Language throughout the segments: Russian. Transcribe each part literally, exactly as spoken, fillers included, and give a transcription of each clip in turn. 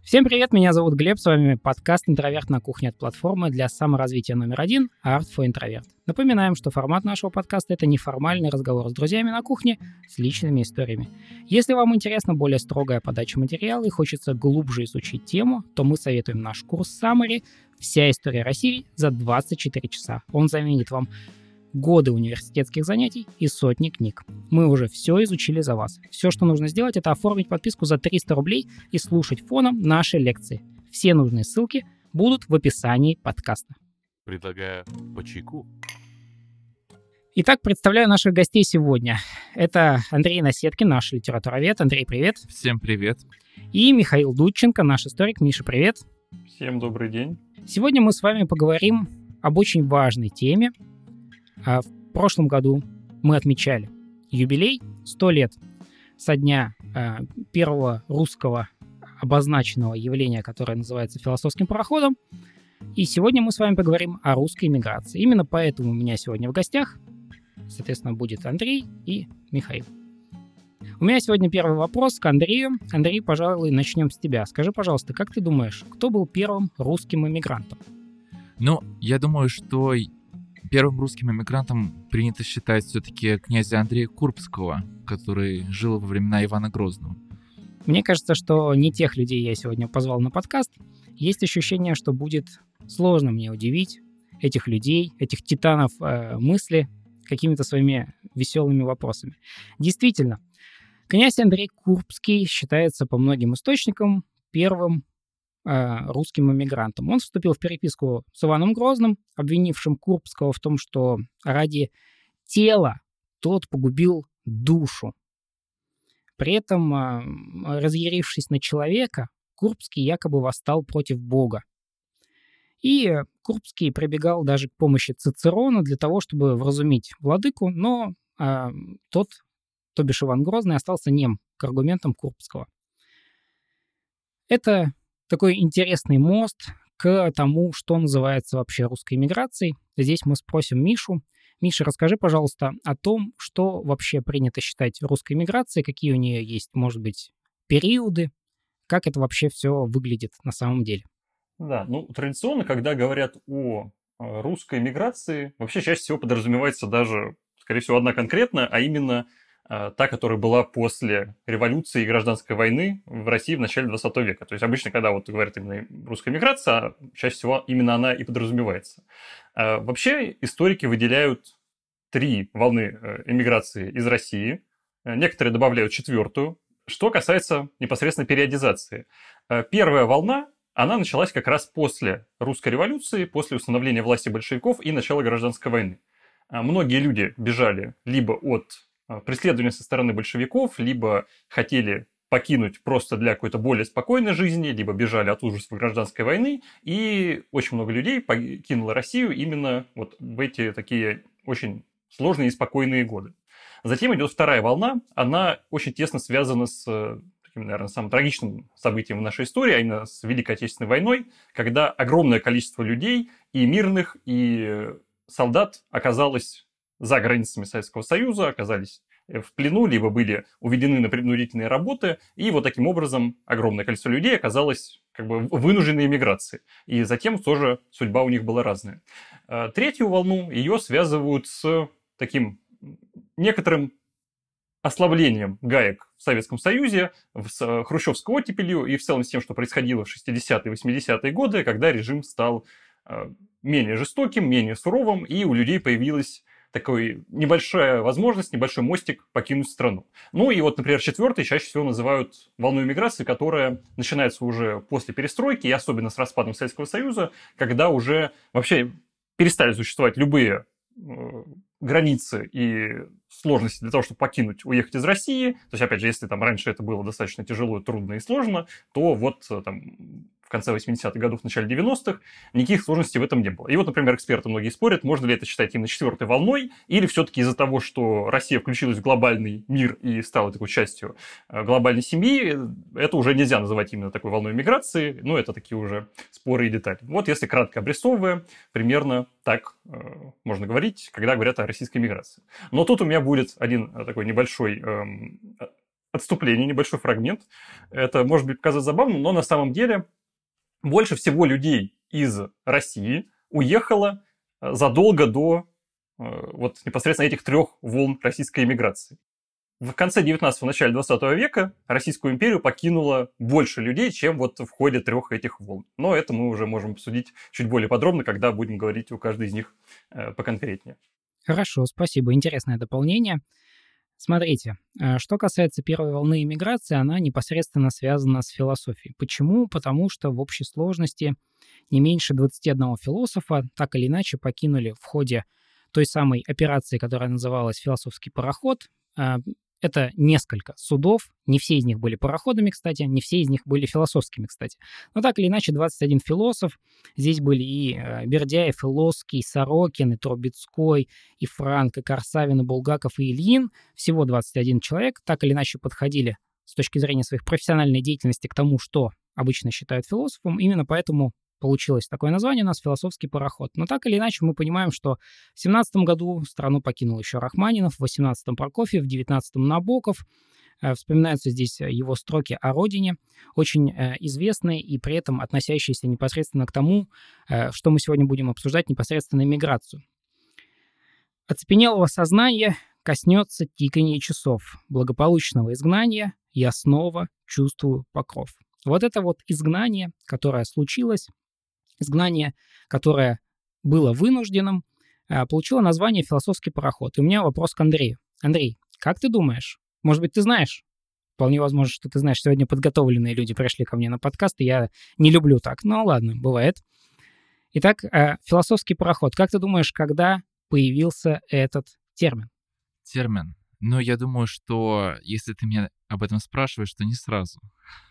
Всем привет, меня зовут Глеб, с вами подкаст «Интроверт на кухне» от платформы для саморазвития номер один Art for Introvert. Напоминаем, что формат нашего подкаста — это неформальный разговор с друзьями на кухне с личными историями. Если вам интересна более строгая подача материала и хочется глубже изучить тему, то мы советуем наш курс Summary «Вся история России за двадцать четыре часа». Он заменит вам годы университетских занятий и сотни книг. Мы уже все изучили за вас. Все, что нужно сделать, это оформить подписку за триста рублей и слушать фоном наши лекции. Все нужные ссылки будут в описании подкаста. Предлагаю по чайку. Итак, представляю наших гостей сегодня. Это Андрей Насеткин, наш литературовед. Андрей, привет. Всем привет. И Михаил Дудченко, наш историк. Миша, привет. Всем добрый день. Сегодня мы с вами поговорим об очень важной теме. В прошлом году мы отмечали юбилей сто лет со дня первого русского обозначенного явления, которое называется философским пароходом. И сегодня мы с вами поговорим о русской эмиграции. Именно поэтому у меня сегодня в гостях, соответственно, будет Андрей и Михаил. У меня сегодня первый вопрос к Андрею. Андрей, пожалуй, начнем с тебя. Скажи, пожалуйста, как ты думаешь, кто был первым русским эмигрантом? Ну, я думаю, что первым русским эмигрантом принято считать все-таки князя Андрея Курбского, который жил во времена Ивана Грозного. Мне кажется, что не тех людей я сегодня позвал на подкаст. Есть ощущение, что будет сложно мне удивить этих людей, этих титанов э, мысли какими-то своими веселыми вопросами. Действительно, князь Андрей Курбский считается по многим источникам первым русским эмигрантом. Он вступил в переписку с Иваном Грозным, обвинившим Курбского в том, что ради тела тот погубил душу. При этом, разъярившись на человека, Курбский якобы восстал против Бога. И Курбский прибегал даже к помощи Цицерона для того, чтобы вразумить владыку, но а, тот, то бишь Иван Грозный, остался нем к аргументам Курбского. Это такой интересный мост к тому, что называется вообще русской эмиграцией. Здесь мы спросим Мишу. Миша, расскажи, пожалуйста, о том, что вообще принято считать русской эмиграцией, какие у нее есть, может быть, периоды, как это вообще все выглядит на самом деле. Да, ну, традиционно, когда говорят о русской эмиграции, вообще чаще всего подразумевается даже, скорее всего, одна конкретная, а именно та, которая была после революции и гражданской войны в России в начале двадцатого века. То есть обычно, когда вот говорят именно русская миграция, чаще всего именно она и подразумевается. Вообще историки выделяют три волны эмиграции из России. Некоторые добавляют четвертую. Что касается непосредственно периодизации. Первая волна, она началась как раз после русской революции, после установления власти большевиков и начала гражданской войны. Многие люди бежали либо от преследования со стороны большевиков, либо хотели покинуть просто для какой-то более спокойной жизни, либо бежали от ужасов гражданской войны, и очень много людей покинуло Россию именно вот в эти такие очень сложные и спокойные годы. Затем идет вторая волна, она очень тесно связана с таким, наверное, самым трагичным событием в нашей истории, а именно с Великой Отечественной войной, когда огромное количество людей, и мирных, и солдат оказалось за границами Советского Союза, оказались в плену, либо были уведены на принудительные работы, и вот таким образом огромное количество людей оказалось как бы вынужденной эмиграции. И затем тоже судьба у них была разная. Третью волну ее связывают с таким некоторым ослаблением гаек в Советском Союзе, с хрущевской оттепелью и в целом с тем, что происходило в шестидесятые и восьмидесятые годы, когда режим стал менее жестоким, менее суровым, и у людей появилась такой небольшая возможность, небольшой мостик покинуть страну. Ну и вот, например, четвертый чаще всего называют волной миграции, которая начинается уже после перестройки, и особенно с распадом Советского Союза, когда уже вообще перестали существовать любые э, границы и сложности для того, чтобы покинуть, уехать из России. То есть, опять же, если там раньше это было достаточно тяжело, трудно и сложно, то вот там в конце восьмидесятых годов, в начале девяностых никаких сложностей в этом не было. И вот, например, эксперты многие спорят, можно ли это считать именно четвертой волной, или все-таки из-за того, что Россия включилась в глобальный мир и стала такой частью глобальной семьи, это уже нельзя называть именно такой волной миграции, но это такие уже споры и детали. Вот если кратко обрисовывая, примерно так э, можно говорить, когда говорят о российской миграции. Но тут у меня будет один такой небольшой э, отступление, небольшой фрагмент. Это может быть показаться забавным, но на самом деле больше всего людей из России уехало задолго до вот непосредственно этих трех волн российской эмиграции. В конце девятнадцатого, начале двадцатого века Российскую империю покинуло больше людей, чем вот в ходе трех этих волн. Но это мы уже можем обсудить чуть более подробно, когда будем говорить о каждой из них э, поконкретнее. Хорошо, спасибо. Интересное дополнение. Смотрите, что касается первой волны иммиграции, она непосредственно связана с философией. Почему? Потому что в общей сложности не меньше двадцати одного философа так или иначе покинули в ходе той самой операции, которая называлась «Философский пароход». Это несколько судов, не все из них были пароходами, кстати, не все из них были философскими, кстати. Но так или иначе, двадцать один философ. Здесь были и Бердяев, и Лосский, и Сорокин, и Трубецкой, и Франк, и Корсавин, и Булгаков, и Ильин. Всего двадцать один человек так или иначе подходили с точки зрения своих профессиональной деятельности к тому, что обычно считают философом. Именно поэтому получилось такое название у нас «Философский пароход». Но так или иначе мы понимаем, что в семнадцатом году страну покинул еще Рахманинов, в восемнадцатом Прокофьев, в девятнадцатом Набоков. Вспоминаются здесь его строки о родине, очень известные и при этом относящиеся непосредственно к тому, что мы сегодня будем обсуждать, непосредственно миграцию. Оцепенелого сознания коснется тиканье часов. Благополучного изгнания я снова чувствую покров. Вот это вот изгнание, которое случилось, изгнание, которое было вынужденным, получило название «Философский пароход». И у меня вопрос к Андрею. Андрей, как ты думаешь? Может быть, ты знаешь? Вполне возможно, что ты знаешь. Сегодня подготовленные люди пришли ко мне на подкаст, и я не люблю так. Ну, ладно, бывает. Итак, «Философский пароход». Как ты думаешь, когда появился этот термин? Термин? Ну, я думаю, что если ты меня об этом спрашиваешь, то не сразу.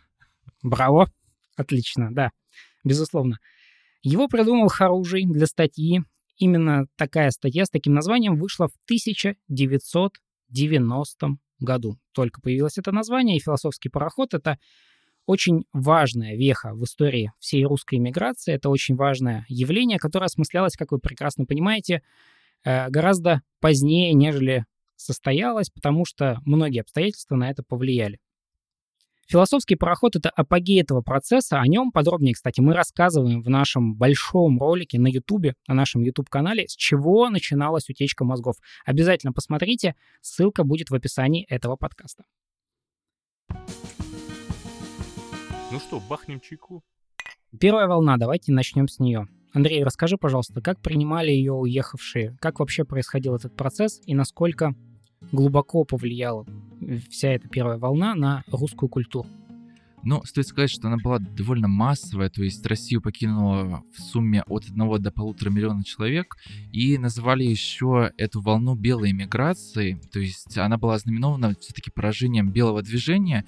Браво! Отлично, да, безусловно. Его придумал Харужий для статьи. Именно такая статья с таким названием вышла в тысяча девятьсот девяностом году. Только появилось это название, и «Философский пароход» — это очень важная веха в истории всей русской эмиграции. Это очень важное явление, которое осмыслялось, как вы прекрасно понимаете, гораздо позднее, нежели состоялось, потому что многие обстоятельства на это повлияли. Философский пароход — это апогей этого процесса. О нем подробнее, кстати, мы рассказываем в нашем большом ролике на Ютубе, на нашем YouTube-канале, с чего начиналась утечка мозгов. Обязательно посмотрите, ссылка будет в описании этого подкаста. Ну что, бахнем чайку? Первая волна, давайте начнем с нее. Андрей, расскажи, пожалуйста, как принимали ее уехавшие, как вообще происходил этот процесс и насколько глубоко повлияла вся эта первая волна на русскую культуру? Ну, стоит сказать, что она была довольно массовая, то есть Россию покинуло в сумме от одного до полутора миллиона человек, и называли еще эту волну белой эмиграции, то есть она была ознаменована все-таки поражением белого движения,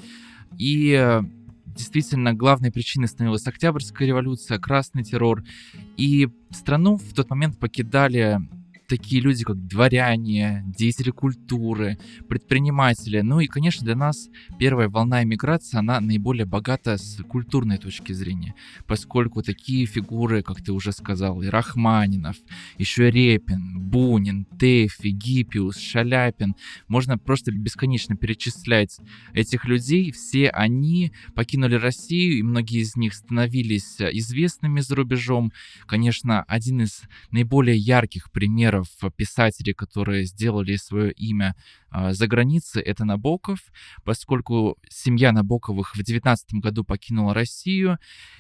и действительно главной причиной становилась Октябрьская революция, Красный террор, и страну в тот момент покидали такие люди, как дворяне, деятели культуры, предприниматели. Ну и, конечно, для нас первая волна эмиграции, она наиболее богата с культурной точки зрения, поскольку такие фигуры, как ты уже сказал, и Рахманинов, еще Репин, Бунин, Тэфи, Гиппиус, Шаляпин, можно просто бесконечно перечислять этих людей. Все они покинули Россию, и многие из них становились известными за рубежом. Конечно, один из наиболее ярких примеров писателей, которые сделали свое имя э, за границей, это Набоков, поскольку семья Набоковых в девятнадцатом году покинула Россию,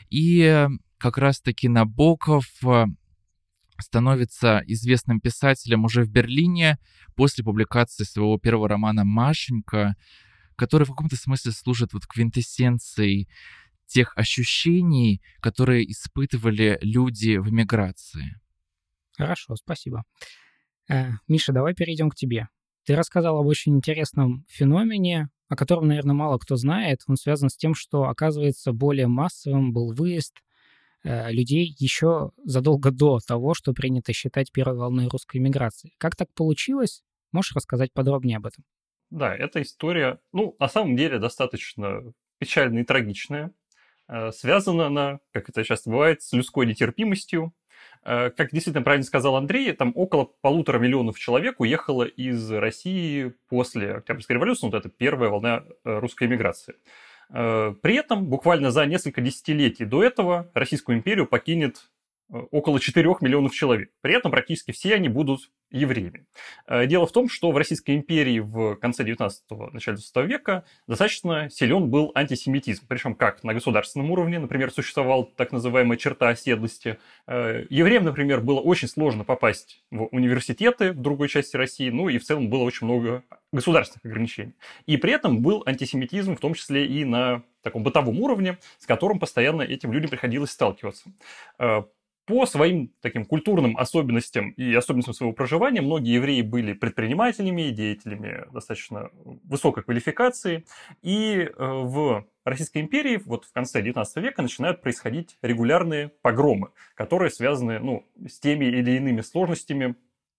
и как раз-таки Набоков э, становится известным писателем уже в Берлине после публикации своего первого романа «Машенька», который в каком-то смысле служит вот квинтэссенцией тех ощущений, которые испытывали люди в эмиграции. Хорошо, спасибо. Э, Миша, давай перейдем к тебе. Ты рассказал об очень интересном феномене, о котором, наверное, мало кто знает. Он связан с тем, что, оказывается, более массовым был выезд э, людей еще задолго до того, что принято считать первой волной русской эмиграции. Как так получилось? Можешь рассказать подробнее об этом? Да, эта история, ну, на самом деле, достаточно печальная и трагичная. Э, связана она, как это часто бывает, с людской нетерпимостью. Как действительно правильно сказал Андрей, там около полутора миллионов человек уехало из России после Октябрьской революции, вот это первая волна русской эмиграции. При этом буквально за несколько десятилетий до этого Российскую империю покинет около четырёх миллионов человек. При этом практически все они будут евреями. Дело в том, что в Российской империи в конце девятнадцатого, начале двадцатого века достаточно силен был антисемитизм. Причем как на государственном уровне, например, существовала так называемая черта оседлости. Евреям, например, было очень сложно попасть в университеты в другой части России, ну и в целом было очень много государственных ограничений. И при этом был антисемитизм, в том числе и на таком бытовом уровне, с которым постоянно этим людям приходилось сталкиваться. По своим таким культурным особенностям и особенностям своего проживания многие евреи были предпринимателями, деятелями достаточно высокой квалификации. И в Российской империи вот в конце девятнадцатого века начинают происходить регулярные погромы, которые связаны ну, с теми или иными сложностями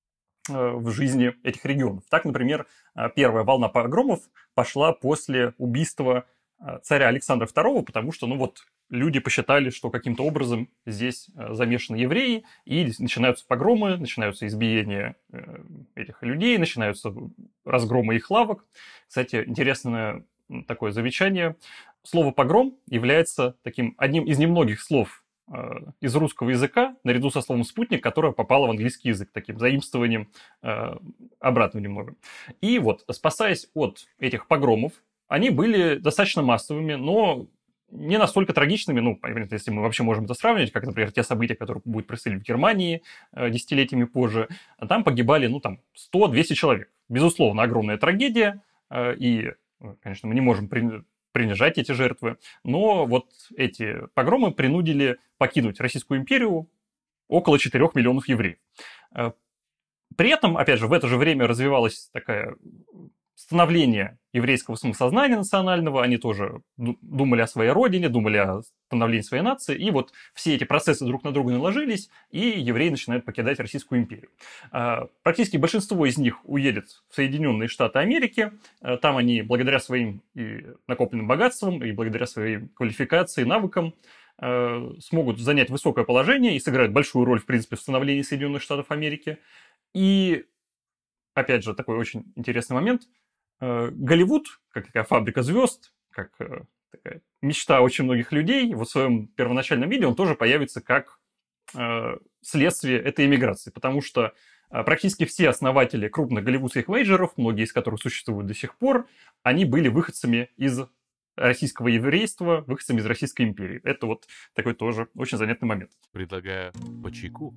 в жизни этих регионов. Так, например, первая волна погромов пошла после убийства царя Александра второго, потому что, ну вот, люди посчитали, что каким-то образом здесь замешаны евреи, и начинаются погромы, начинаются избиения этих людей, начинаются разгромы их лавок. Кстати, интересное такое замечание. Слово «погром» является таким одним из немногих слов из русского языка, наряду со словом «спутник», которое попало в английский язык, таким заимствованием обратно немного. И вот, спасаясь от этих погромов, они были достаточно массовыми, но не настолько трагичными, ну, если мы вообще можем это сравнивать, как, например, те события, которые будут происходить в Германии э, десятилетиями позже. Там погибали, ну, там, сто-двести человек. Безусловно, огромная трагедия, э, и, конечно, мы не можем при... принижать эти жертвы, но вот эти погромы принудили покинуть Российскую империю около четырёх миллионов евреев. Э, при этом, опять же, в это же время развивалась такая... становление еврейского самосознания национального, они тоже думали о своей родине, думали о становлении своей нации, и вот все эти процессы друг на друга наложились, и евреи начинают покидать Российскую империю. Практически большинство из них уедет в Соединенные Штаты Америки, там они благодаря своим и накопленным богатствам, и благодаря своей квалификации, навыкам смогут занять высокое положение и сыграют большую роль, в принципе, в становлении Соединенных Штатов Америки. И, опять же, такой очень интересный момент – Голливуд, как такая фабрика звезд, как такая мечта очень многих людей, вот в своем первоначальном виде он тоже появится как э, следствие этой эмиграции, потому что э, практически все основатели крупных голливудских мейджеров, многие из которых существуют до сих пор, они были выходцами из российского еврейства, выходцами из Российской империи. Это вот такой тоже очень занятный момент. Предлагаю по чайку.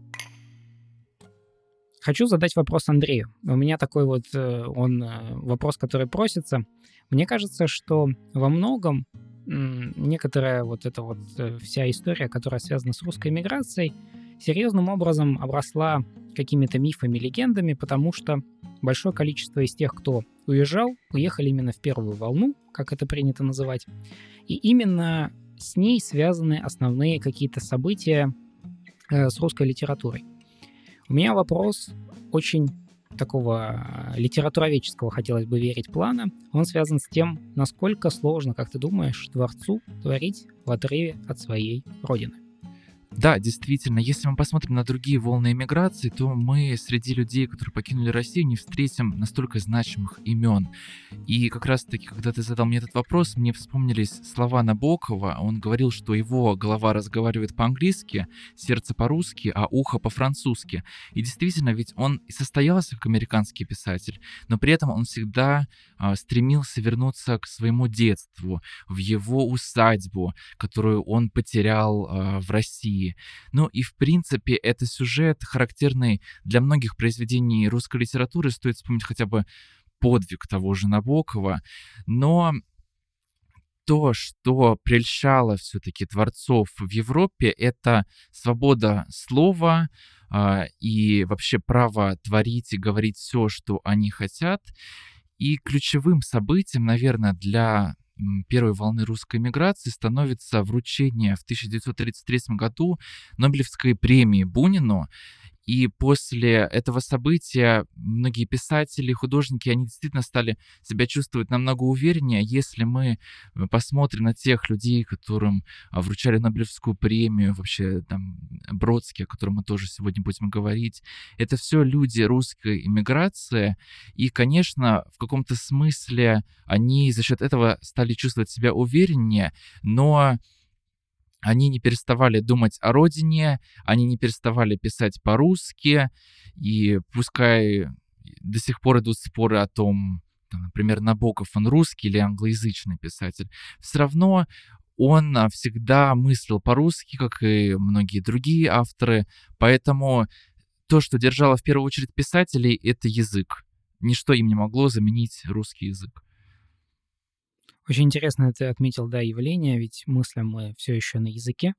Хочу задать вопрос Андрею. У меня такой вот он вопрос, который просится. Мне кажется, что во многом некоторая вот эта вот вся история, которая связана с русской эмиграцией, серьезным образом обросла какими-то мифами, легендами, потому что большое количество из тех, кто уезжал, уехали именно в первую волну, как это принято называть. И именно с ней связаны основные какие-то события с русской литературой. У меня вопрос очень такого литературоведческого, хотелось бы верить, плана. Он связан с тем, насколько сложно, как ты думаешь, творцу творить в отрыве от своей родины. Да, действительно, если мы посмотрим на другие волны эмиграции, то мы среди людей, которые покинули Россию, не встретим настолько значимых имен. И как раз-таки, когда ты задал мне этот вопрос, мне вспомнились слова Набокова. Он говорил, что его голова разговаривает по-английски, сердце по-русски, а ухо по-французски. И действительно, ведь он и состоялся как американский писатель, но при этом он всегда а, стремился вернуться к своему детству, в его усадьбу, которую он потерял а, в России. Ну и, в принципе, это сюжет, характерный для многих произведений русской литературы. Стоит вспомнить хотя бы «Подвиг» того же Набокова. Но то, что прельщало все-таки творцов в Европе, это свобода слова э, и вообще право творить и говорить все, что они хотят. И ключевым событием, наверное, для первой волны русской эмиграции становится вручение в тысяча девятьсот тридцать третьем году Нобелевской премии Бунину. И после этого события многие писатели, художники, они действительно стали себя чувствовать намного увереннее. Если мы посмотрим на тех людей, которым а, вручали Нобелевскую премию, вообще там Бродский, о котором мы тоже сегодня будем говорить, это все люди русской эмиграции. И, конечно, в каком-то смысле они за счет этого стали чувствовать себя увереннее, но они не переставали думать о родине, они не переставали писать по-русски, и пускай до сих пор идут споры о том, там, например, Набоков, он русский или англоязычный писатель, все равно он а, всегда мыслил по-русски, как и многие другие авторы, поэтому то, что держало в первую очередь писателей, это язык. Ничто им не могло заменить русский язык. Очень интересно ты отметил, да, явление, ведь мыслим мы все еще на языке.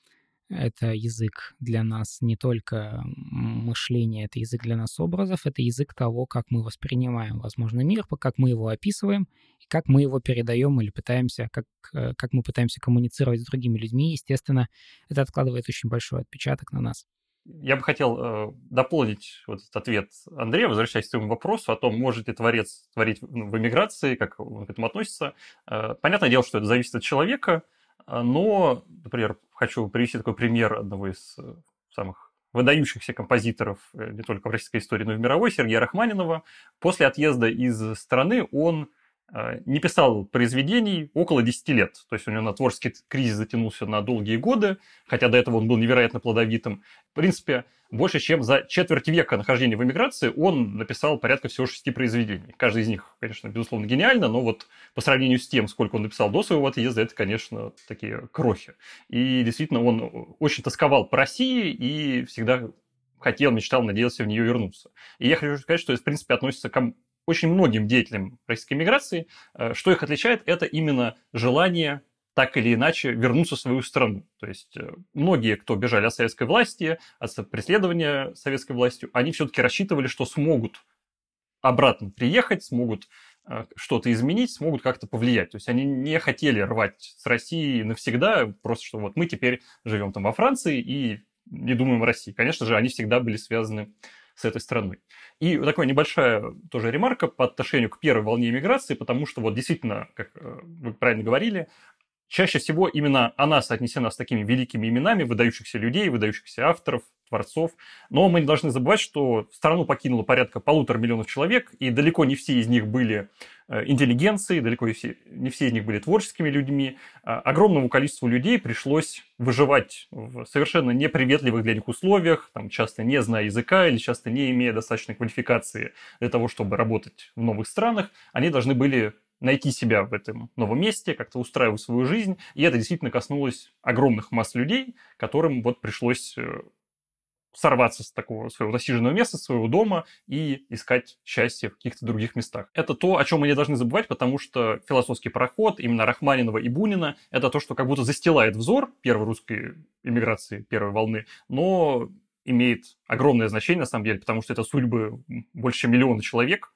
Это язык для нас не только мышление, это язык для нас образов, это язык того, как мы воспринимаем, возможно, мир, как мы его описываем, и как мы его передаем или пытаемся, как, э, как мы пытаемся коммуницировать с другими людьми. Естественно, это откладывает очень большой отпечаток на нас. Я бы хотел э, дополнить вот этот ответ Андрея, возвращаясь к своему вопросу о том, может ли творец творить ну, в эмиграции, как он к этому относится. Э, понятное дело, что это зависит от человека, э, но, например, хочу привести такой пример одного из э, самых выдающихся композиторов э, не только в российской истории, но и в мировой, Сергея Рахманинова. После отъезда из страны он не писал произведений около десяти лет. То есть у него на творческий кризис затянулся на долгие годы, хотя до этого он был невероятно плодовитым. В принципе, больше чем за четверть века нахождения в эмиграции он написал порядка всего шести произведений. Каждый из них, конечно, безусловно, гениально, но вот по сравнению с тем, сколько он написал до своего отъезда, это, конечно, такие крохи. И действительно, он очень тосковал по России и всегда хотел, мечтал, надеялся в нее вернуться. И я хочу сказать, что это, в принципе, относится к очень многим деятелям российской миграции. Что их отличает, это именно желание так или иначе вернуться в свою страну. То есть многие, кто бежали от советской власти, от преследования советской властью, они все-таки рассчитывали, что смогут обратно приехать, смогут что-то изменить, смогут как-то повлиять. То есть они не хотели рвать с Россией навсегда, просто что вот мы теперь живем там во Франции и не думаем о России. Конечно же, они всегда были связаны с этой страной. И такая небольшая тоже ремарка по отношению к первой волне иммиграции, потому что вот действительно, как вы правильно говорили, чаще всего именно она соотнесена с такими великими именами выдающихся людей, выдающихся авторов, творцов. Но мы не должны забывать, что страну покинуло порядка полутора миллионов человек, и далеко не все из них были интеллигенцией, далеко не все, не все из них были творческими людьми. Огромному количеству людей пришлось выживать в совершенно неприветливых для них условиях, там, часто не зная языка или часто не имея достаточной квалификации для того, чтобы работать в новых странах. Они должны были найти себя в этом новом месте, как-то устраивать свою жизнь. И это действительно коснулось огромных масс людей, которым вот пришлось сорваться с такого своего насиженного места, своего дома и искать счастье в каких-то других местах. Это то, о чем мы не должны забывать, потому что философский пароход именно Рахманинова и Бунина – это то, что как будто застилает взор первой русской эмиграции, первой волны, но имеет огромное значение на самом деле, потому что это судьбы больше чем миллиона человек,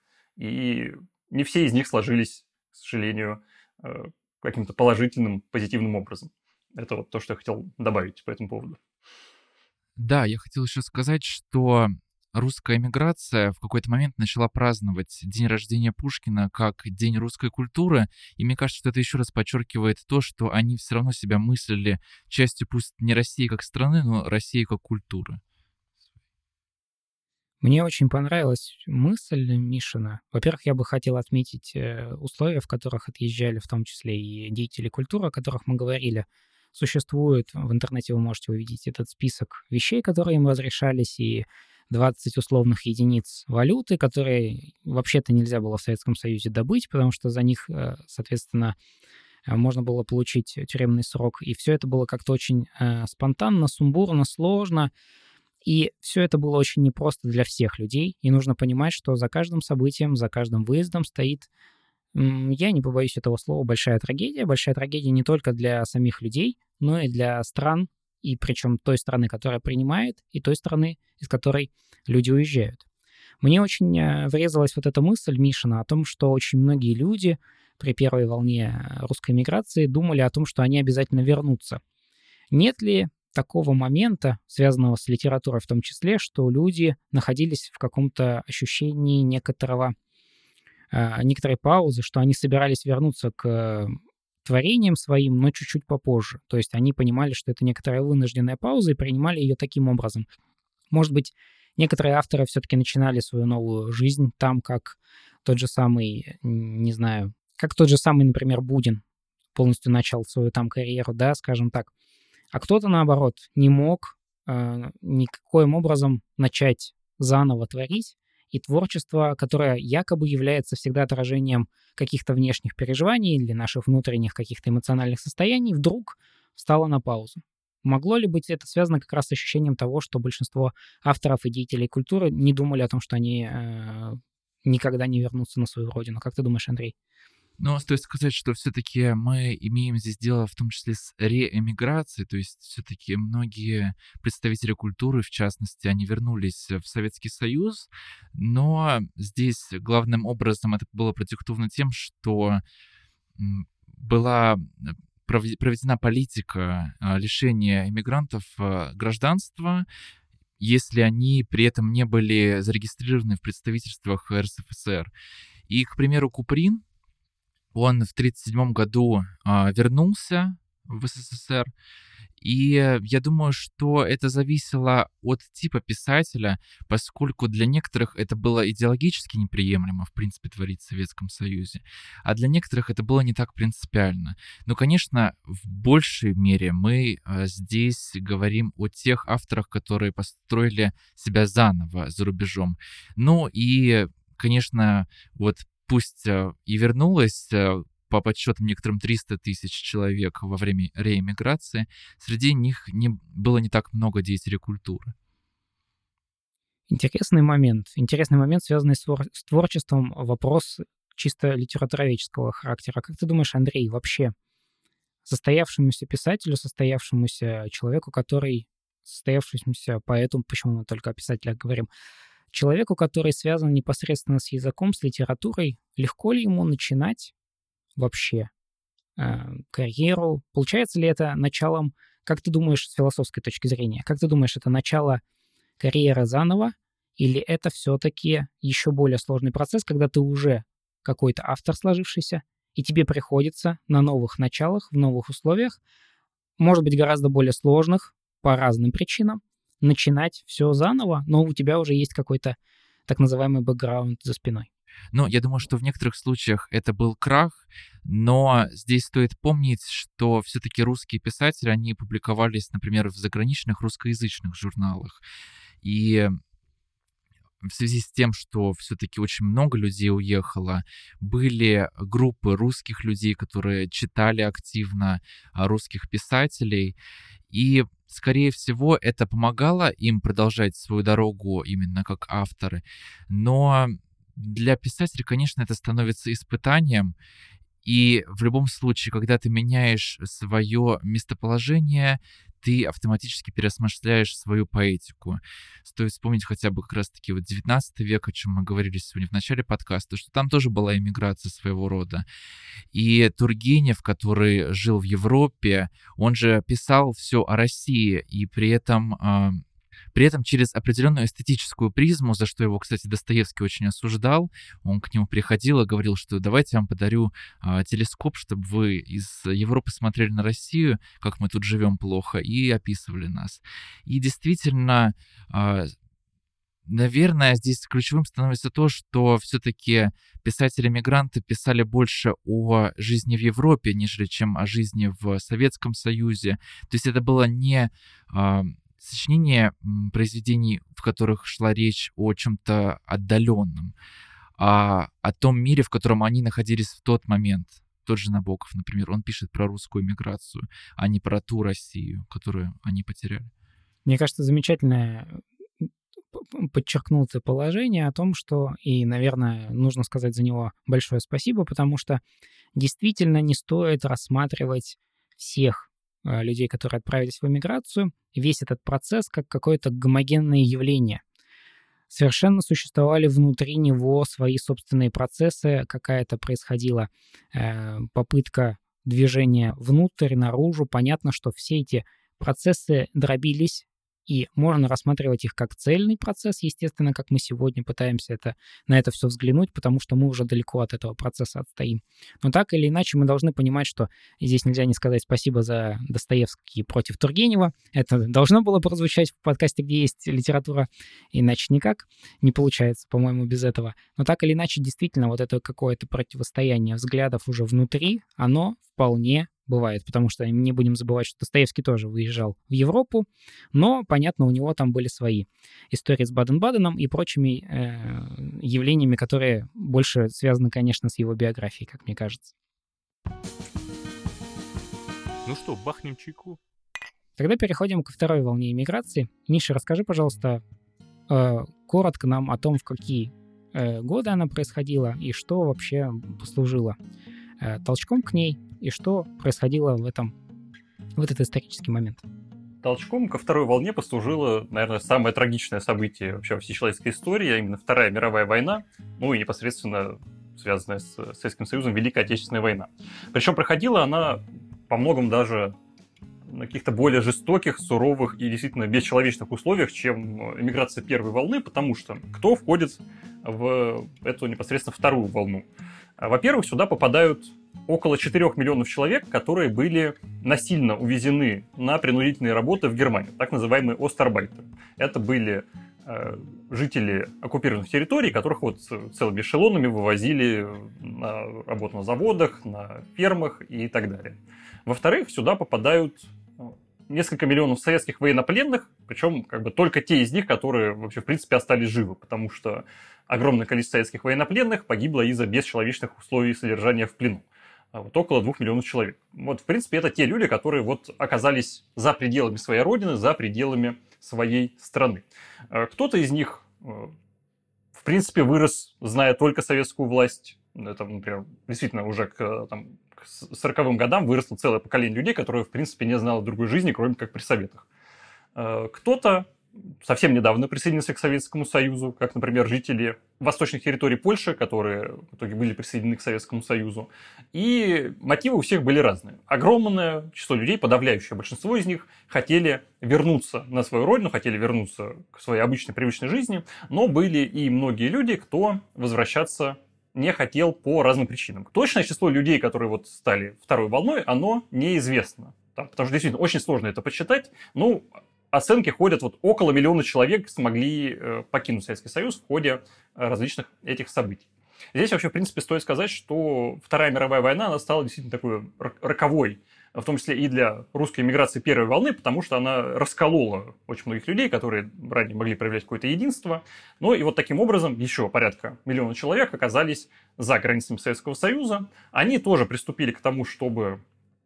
и не все из них сложились, к сожалению, каким-то положительным, позитивным образом. Это вот то, что я хотел добавить по этому поводу. Да, я хотел еще сказать, что русская эмиграция в какой-то момент начала праздновать день рождения Пушкина как день русской культуры, и мне кажется, что это еще раз подчеркивает то, что они все равно себя мыслили частью пусть не России как страны, но России как культуры. Мне очень понравилась мысль Мишина. Во-первых, я бы хотел отметить условия, в которых отъезжали, в том числе и деятели культуры, о которых мы говорили. Существует, в интернете вы можете увидеть этот список вещей, которые им разрешались, и двадцать условных единиц валюты, которые вообще-то нельзя было в Советском Союзе добыть, потому что за них, соответственно, можно было получить тюремный срок. И все это было как-то очень спонтанно, сумбурно, сложно. И все это было очень непросто для всех людей. И нужно понимать, что за каждым событием, за каждым выездом стоит, я не побоюсь этого слова, большая трагедия. Большая трагедия не только для самих людей, но и для стран, и причем той страны, которая принимает, и той страны, из которой люди уезжают. Мне очень врезалась вот эта мысль Мишина о том, что очень многие люди при первой волне русской миграции думали о том, что они обязательно вернутся. Нет ли такого момента, связанного с литературой в том числе, что люди находились в каком-то ощущении некоторого, э, некоторой паузы, что они собирались вернуться к творениям своим, но чуть-чуть попозже. То есть они понимали, что это некоторая вынужденная пауза и принимали ее таким образом. Может быть, некоторые авторы все-таки начинали свою новую жизнь там, как тот же самый, не знаю, как тот же самый, например, Будин полностью начал свою там карьеру, да, скажем так. А кто-то, наоборот, не мог э, никаким образом начать заново творить, и творчество, которое якобы является всегда отражением каких-то внешних переживаний или наших внутренних каких-то эмоциональных состояний, вдруг встало на паузу. Могло ли быть это связано как раз с ощущением того, что большинство авторов и деятелей культуры не думали о том, что они э, никогда не вернутся на свою родину? Как ты думаешь, Андрей? Но стоит сказать, что все-таки мы имеем здесь дело в том числе с реэмиграцией, то есть все-таки многие представители культуры, в частности, они вернулись в Советский Союз, но здесь главным образом это было продиктовано тем, что была проведена политика лишения иммигрантов гражданства, если они при этом не были зарегистрированы в представительствах эр эс эф эс эр. И, к примеру, Куприн, он в тридцать седьмом году а, вернулся в эс эс эс эр, и я думаю, что это зависело от типа писателя, поскольку для некоторых это было идеологически неприемлемо, в принципе, творить в Советском Союзе, а для некоторых это было не так принципиально. Но, конечно, в большей мере мы а, здесь говорим о тех авторах, которые построили себя заново за рубежом. Ну и, конечно, вот пусть э, и вернулось, э, по подсчетам некоторым, триста тысяч человек во время реэмиграции, среди них не, было не так много деятелей культуры. Интересный момент. Интересный момент, связанный с, твор- с творчеством, вопрос чисто литературоведческого характера. Как ты думаешь, Андрей, вообще состоявшемуся писателю, состоявшемуся человеку, который, состоявшемуся поэту, почему мы только о писателях говорим, человеку, который связан непосредственно с языком, с литературой, легко ли ему начинать вообще э, карьеру? Получается ли это началом, как ты думаешь, с философской точки зрения, как ты думаешь, это начало карьеры заново, или это все-таки еще более сложный процесс, когда ты уже какой-то автор сложившийся, и тебе приходится на новых началах, в новых условиях, может быть, гораздо более сложных по разным причинам, начинать все заново, но у тебя уже есть какой-то так называемый бэкграунд за спиной. Ну, я думаю, что в некоторых случаях это был крах, но здесь стоит помнить, что все-таки русские писатели, они публиковались, например, в заграничных русскоязычных журналах. И в связи с тем, что все-таки очень много людей уехало, были группы русских людей, которые читали активно русских писателей, и, скорее всего, это помогало им продолжать свою дорогу именно как авторы. Но для писателя, конечно, это становится испытанием, и в любом случае, когда ты меняешь свое местоположение, ты автоматически переосмысляешь свою поэтику. Стоит вспомнить хотя бы как раз-таки вот девятнадцатый век, о чем мы говорили сегодня в начале подкаста, что там тоже была эмиграция своего рода. И Тургенев, который жил в Европе, он же писал все о России, и при этом... Э, При этом через определенную эстетическую призму, за что его, кстати, Достоевский очень осуждал. Он к нему приходил и говорил, что давайте я вам подарю а, телескоп, чтобы вы из Европы смотрели на Россию, как мы тут живем плохо, и описывали нас. И действительно, а, наверное, здесь ключевым становится то, что все-таки писатели-мигранты писали больше о жизни в Европе, нежели чем о жизни в Советском Союзе. То есть это было не... А, сочинение произведений, в которых шла речь о чем-то отдаленном, а о том мире, в котором они находились в тот момент. Тот же Набоков, например, он пишет про русскую миграцию, а не про ту Россию, которую они потеряли. Мне кажется, замечательное подчеркнул ты положение о том, что, и, наверное, нужно сказать за него большое спасибо, потому что действительно не стоит рассматривать всех людей, которые отправились в эмиграцию, весь этот процесс как какое-то гомогенное явление. Совершенно существовали внутри него свои собственные процессы, какая-то происходила э, попытка движения внутрь, наружу. Понятно, что все эти процессы дробились, и можно рассматривать их как цельный процесс, естественно, как мы сегодня пытаемся это, на это все взглянуть, потому что мы уже далеко от этого процесса отстоим. Но так или иначе мы должны понимать, что здесь нельзя не сказать спасибо за Достоевский против Тургенева. Это должно было прозвучать в подкасте, где есть литература, иначе никак не получается, по-моему, без этого. Но так или иначе, действительно, вот это какое-то противостояние взглядов уже внутри, оно вполне бывает, потому что не будем забывать, что Достоевский тоже выезжал в Европу, но, понятно, у него там были свои истории с Баден-Баденом и прочими э, явлениями, которые больше связаны, конечно, с его биографией, как мне кажется. Ну что, бахнем чайку? Тогда переходим ко второй волне иммиграции. Миша, расскажи, пожалуйста, э, коротко нам о том, в какие э, годы она происходила и что вообще послужило э, толчком к ней, и что происходило в этом, в этот исторический момент. Толчком ко второй волне послужило, наверное, самое трагичное событие вообще во всей человеческой истории, а именно Вторая мировая война, ну и непосредственно связанная с Советским Союзом Великая Отечественная война. Причем проходила она по многому даже на каких-то более жестоких, суровых и действительно бесчеловечных условиях, чем эмиграция первой волны, потому что кто входит в эту непосредственно вторую волну? Во-первых, сюда попадают около четырёх миллионов человек, которые были насильно увезены на принудительные работы в Германию, так называемые остарбайтеры. Это были э, жители оккупированных территорий, которых вот целыми эшелонами вывозили на работу на заводах, на фермах и так далее. Во-вторых, сюда попадают несколько миллионов советских военнопленных, причем как бы только те из них, которые вообще в принципе остались живы, потому что огромное количество советских военнопленных погибло из-за бесчеловечных условий содержания в плену. Вот около двух миллионов человек. Вот, в принципе, это те люди, которые вот оказались за пределами своей родины, за пределами своей страны. Кто-то из них, в принципе, вырос, зная только советскую власть. Это, например, действительно уже к, там, к сороковым годам выросло целое поколение людей, которые, в принципе, не знало другой жизни, кроме как при Советах. Кто-то совсем недавно присоединился к Советскому Союзу, как, например, жители восточных территорий Польши, которые в итоге были присоединены к Советскому Союзу. И мотивы у всех были разные. Огромное число людей, подавляющее большинство из них, хотели вернуться на свою родину, хотели вернуться к своей обычной привычной жизни, но были и многие люди, кто возвращаться не хотел по разным причинам. Точное число людей, которые вот стали второй волной, оно неизвестно. Потому что действительно очень сложно это подсчитать. Ну, оценки ходят, вот около миллиона человек смогли э, покинуть Советский Союз в ходе различных этих событий. Здесь вообще, в принципе, стоит сказать, что Вторая мировая война, она стала действительно такой роковой, в том числе и для русской эмиграции первой волны, потому что она расколола очень многих людей, которые ранее могли проявлять какое-то единство. Ну и вот таким образом еще порядка миллиона человек оказались за границами Советского Союза. Они тоже приступили к тому, чтобы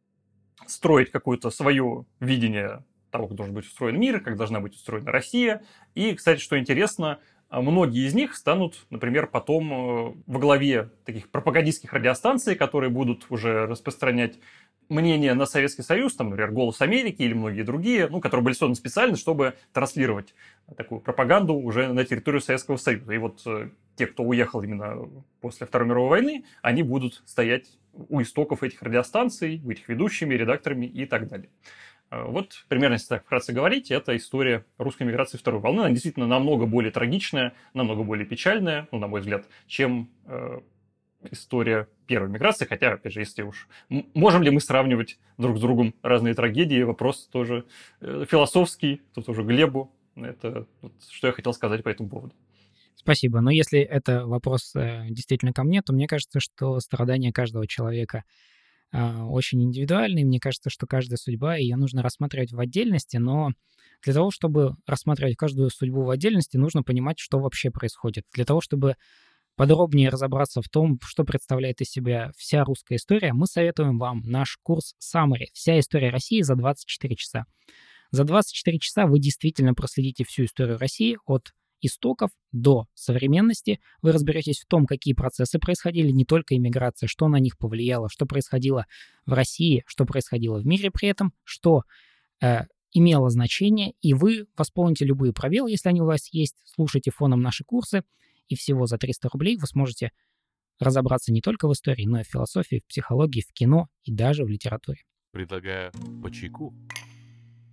строить какое-то свое видение того, как должен быть устроен мир, как должна быть устроена Россия. И, кстати, что интересно, многие из них станут, например, потом во главе таких пропагандистских радиостанций, которые будут уже распространять мнение на Советский Союз, там, например, «Голос Америки» или многие другие, ну, которые были созданы специально, чтобы транслировать такую пропаганду уже на территорию Советского Союза. И вот те, кто уехал именно после Второй мировой войны, они будут стоять у истоков этих радиостанций, быть их ведущими, редакторами и так далее. Вот, примерно, если так вкратце говорить, это история русской миграции второй волны. Она действительно намного более трагичная, намного более печальная, ну, на мой взгляд, чем э, история первой миграции. Хотя, опять же, если уж... Можем ли мы сравнивать друг с другом разные трагедии? Вопрос тоже э, философский, тут уже Глебу. Это вот, что я хотел сказать по этому поводу. Спасибо. Но если это вопрос э, действительно ко мне, то мне кажется, что страдания каждого человека очень индивидуальный. Мне кажется, что каждая судьба, ее нужно рассматривать в отдельности, но для того, чтобы рассматривать каждую судьбу в отдельности, нужно понимать, что вообще происходит. Для того, чтобы подробнее разобраться в том, что представляет из себя вся русская история, мы советуем вам наш курс Summary «Вся история России за двадцать четыре часа». За двадцать четыре часа вы действительно проследите всю историю России от истоков до современности. Вы разберетесь в том, какие процессы происходили, не только иммиграция, что на них повлияло, что происходило в России, что происходило в мире при этом, что э, имело значение, и вы восполните любые пробелы, если они у вас есть, слушайте фоном наши курсы, и всего за триста рублей вы сможете разобраться не только в истории, но и в философии, в психологии, в кино и даже в литературе. Предлагаю по чайку.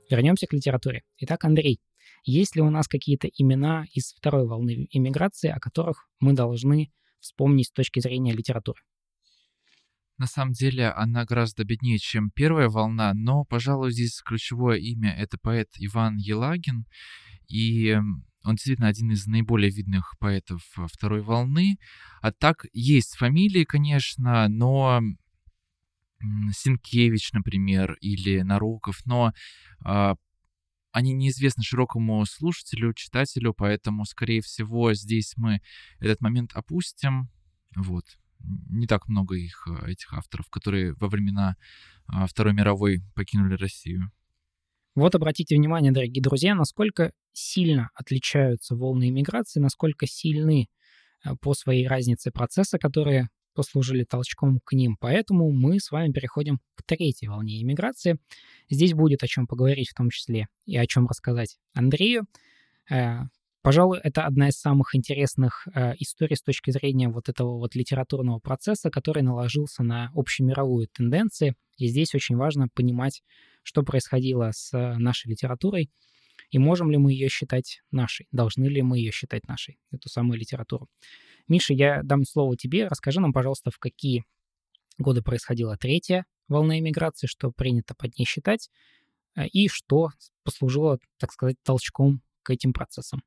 Вернемся к литературе. Итак, Андрей, есть ли у нас какие-то имена из второй волны иммиграции, о которых мы должны вспомнить с точки зрения литературы? На самом деле она гораздо беднее, чем первая волна, но, пожалуй, здесь ключевое имя — это поэт Иван Елагин, и м, он действительно один из наиболее видных поэтов а, второй волны. А так, есть фамилии, конечно, но м, Сенкевич, например, или Нароков, но а, они неизвестны широкому слушателю, читателю, поэтому, скорее всего, здесь мы этот момент опустим. Вот. Не так много их, э, этих авторов, которые во времена а, Второй мировой покинули Россию. Вот обратите внимание, дорогие друзья, насколько сильно отличаются волны иммиграции, насколько сильны э, по своей разнице процессы, которые послужили толчком к ним. Поэтому мы с вами переходим к третьей волне иммиграции. Здесь будет о чем поговорить в том числе и о чем рассказать Андрею. Э, Пожалуй, это одна из самых интересных э, историй с точки зрения вот этого вот литературного процесса, который наложился на общемировую тенденции. И здесь очень важно понимать, что происходило с э, нашей литературой, и можем ли мы ее считать нашей, должны ли мы ее считать нашей, эту самую литературу. Миша, я дам слово тебе. Расскажи нам, пожалуйста, в какие годы происходила третья волна иммиграции, что принято под ней считать, э, и что послужило, так сказать, толчком к этим процессам.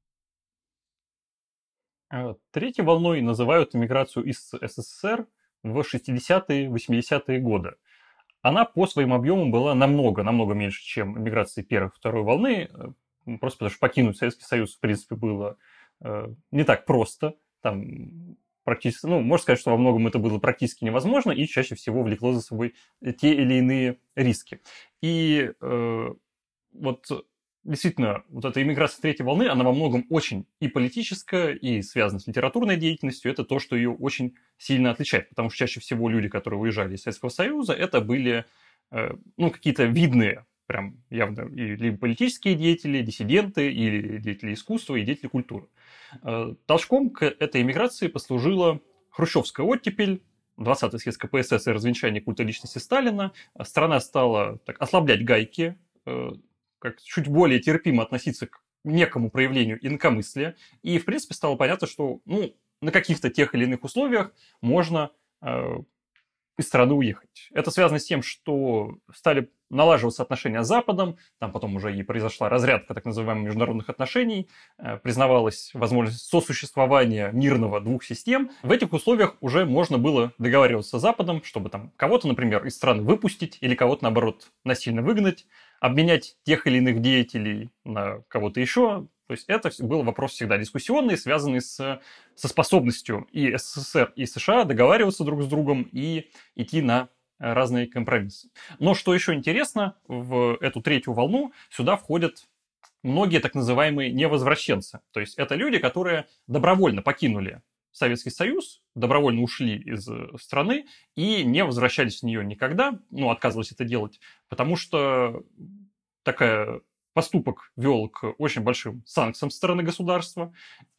А, Третьей волной называют иммиграцию из СССР в шестидесятые, восьмидесятые годы. Она по своим объемам была намного, намного меньше, чем иммиграции первой и второй волны, э, просто потому что покинуть Советский Союз, в принципе, было э, не так просто. Там практически, ну, можно сказать, что во многом это было практически невозможно и чаще всего влекло за собой те или иные риски. И э, вот действительно, вот эта иммиграция третьей волны, она во многом очень и политическая, и связана с литературной деятельностью. Это то, что ее очень сильно отличает, потому что чаще всего люди, которые уезжали из Советского Союза, это были э, ну, какие-то видные, прям явно, и либо политические деятели, диссиденты, или деятели искусства, и деятели культуры. Э, толчком к этой иммиграции послужила хрущевская оттепель, двадцатый съезд ка пэ эс эс и развенчание культа личности Сталина. Страна стала так, ослаблять гайки, э, как чуть более терпимо относиться к некому проявлению инакомыслия. И, в принципе, стало понятно, что ну, на каких-то тех или иных условиях можно э, из страны уехать. Это связано с тем, что стали налаживаться отношения с Западом, там потом уже и произошла разрядка так называемых международных отношений, э, признавалась возможность сосуществования мирного двух систем. В этих условиях уже можно было договариваться с Западом, чтобы там кого-то, например, из страны выпустить или кого-то, наоборот, насильно выгнать, обменять тех или иных деятелей на кого-то еще. То есть это был вопрос всегда дискуссионный, связанный с, со способностью и эс эс эс эр, и США договариваться друг с другом и идти на разные компромиссы. Но что еще интересно, в эту третью волну сюда входят многие так называемые невозвращенцы. То есть это люди, которые добровольно покинули Советский Союз, добровольно ушли из страны и не возвращались в нее никогда, ну, отказывались это делать, потому что такая поступок вел к очень большим санкциям со стороны государства,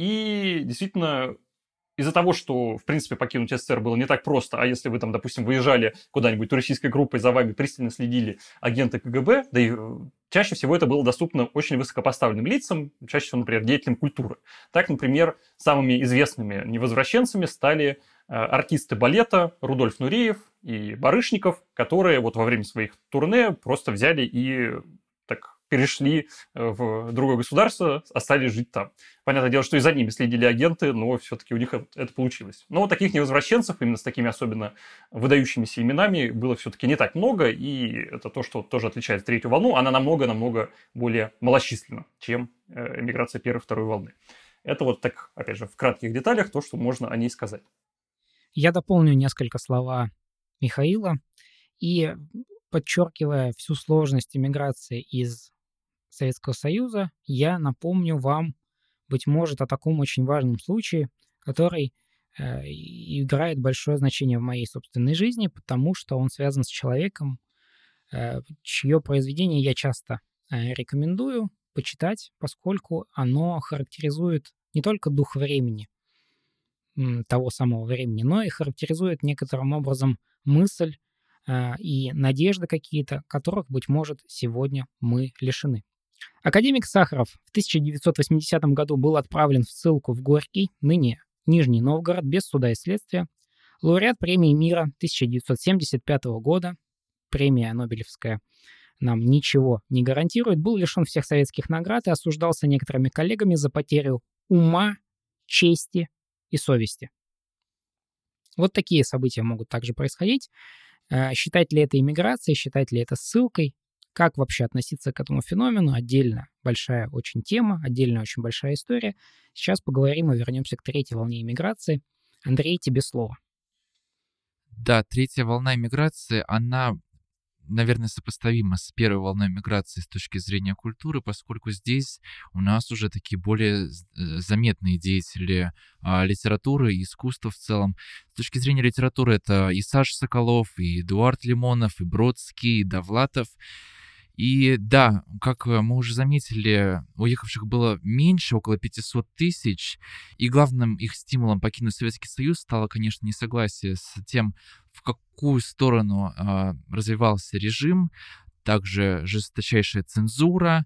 и действительно из-за того, что, в принципе, покинуть эс эс эс эр было не так просто, а если вы там, допустим, выезжали куда-нибудь туристической группой, за вами пристально следили агенты ка гэ бэ, да и чаще всего это было доступно очень высокопоставленным лицам, чаще всего, например, деятелям культуры. Так, например, самыми известными невозвращенцами стали артисты балета Рудольф Нуреев и Барышников, которые вот во время своих турне просто взяли и так перешли в другое государство, остались жить там. Понятное дело, что и за ними следили агенты, но все-таки у них это получилось. Но таких невозвращенцев, именно с такими особенно выдающимися именами, было все-таки не так много, и это то, что тоже отличает третью волну. Она намного-намного более малочисленна, чем эмиграция первой и второй волны. Это вот так, опять же, в кратких деталях то, что можно о ней сказать. Я дополню несколько слова Михаила, и подчеркивая всю сложность эмиграции из Советского Союза, я напомню вам, быть может, о таком очень важном случае, который э, играет большое значение в моей собственной жизни, потому что он связан с человеком, э, чье произведение я часто э, рекомендую почитать, поскольку оно характеризует не только дух времени, м, того самого времени, но и характеризует некоторым образом мысль, э, и надежды какие-то, которых, быть может, сегодня мы лишены. Академик Сахаров в тысяча девятьсот восьмидесятом году был отправлен в ссылку в Горький, ныне Нижний Новгород, без суда и следствия. Лауреат премии мира тысяча девятьсот семьдесят пятого года, премия Нобелевская нам ничего не гарантирует, был лишен всех советских наград и осуждался некоторыми коллегами за потерю ума, чести и совести. Вот такие события могут также происходить. Э, Считать ли это иммиграцией, считать ли это ссылкой, как вообще относиться к этому феномену, отдельно большая очень тема, отдельно очень большая история. Сейчас поговорим и вернемся к третьей волне иммиграции. Андрей, тебе слово. Да, третья волна иммиграции, она, наверное, сопоставима с первой волной миграции с точки зрения культуры, поскольку здесь у нас уже такие более з- э, заметные деятели а, литературы и искусства в целом. С точки зрения литературы это и Саша Соколов, и Эдуард Лимонов, и Бродский, и Довлатов. И да, как э, мы уже заметили, уехавших было меньше, около пятьсот тысяч, и главным их стимулом покинуть Советский Союз стало, конечно, несогласие с тем, в какую сторону а, развивался режим, также жесточайшая цензура,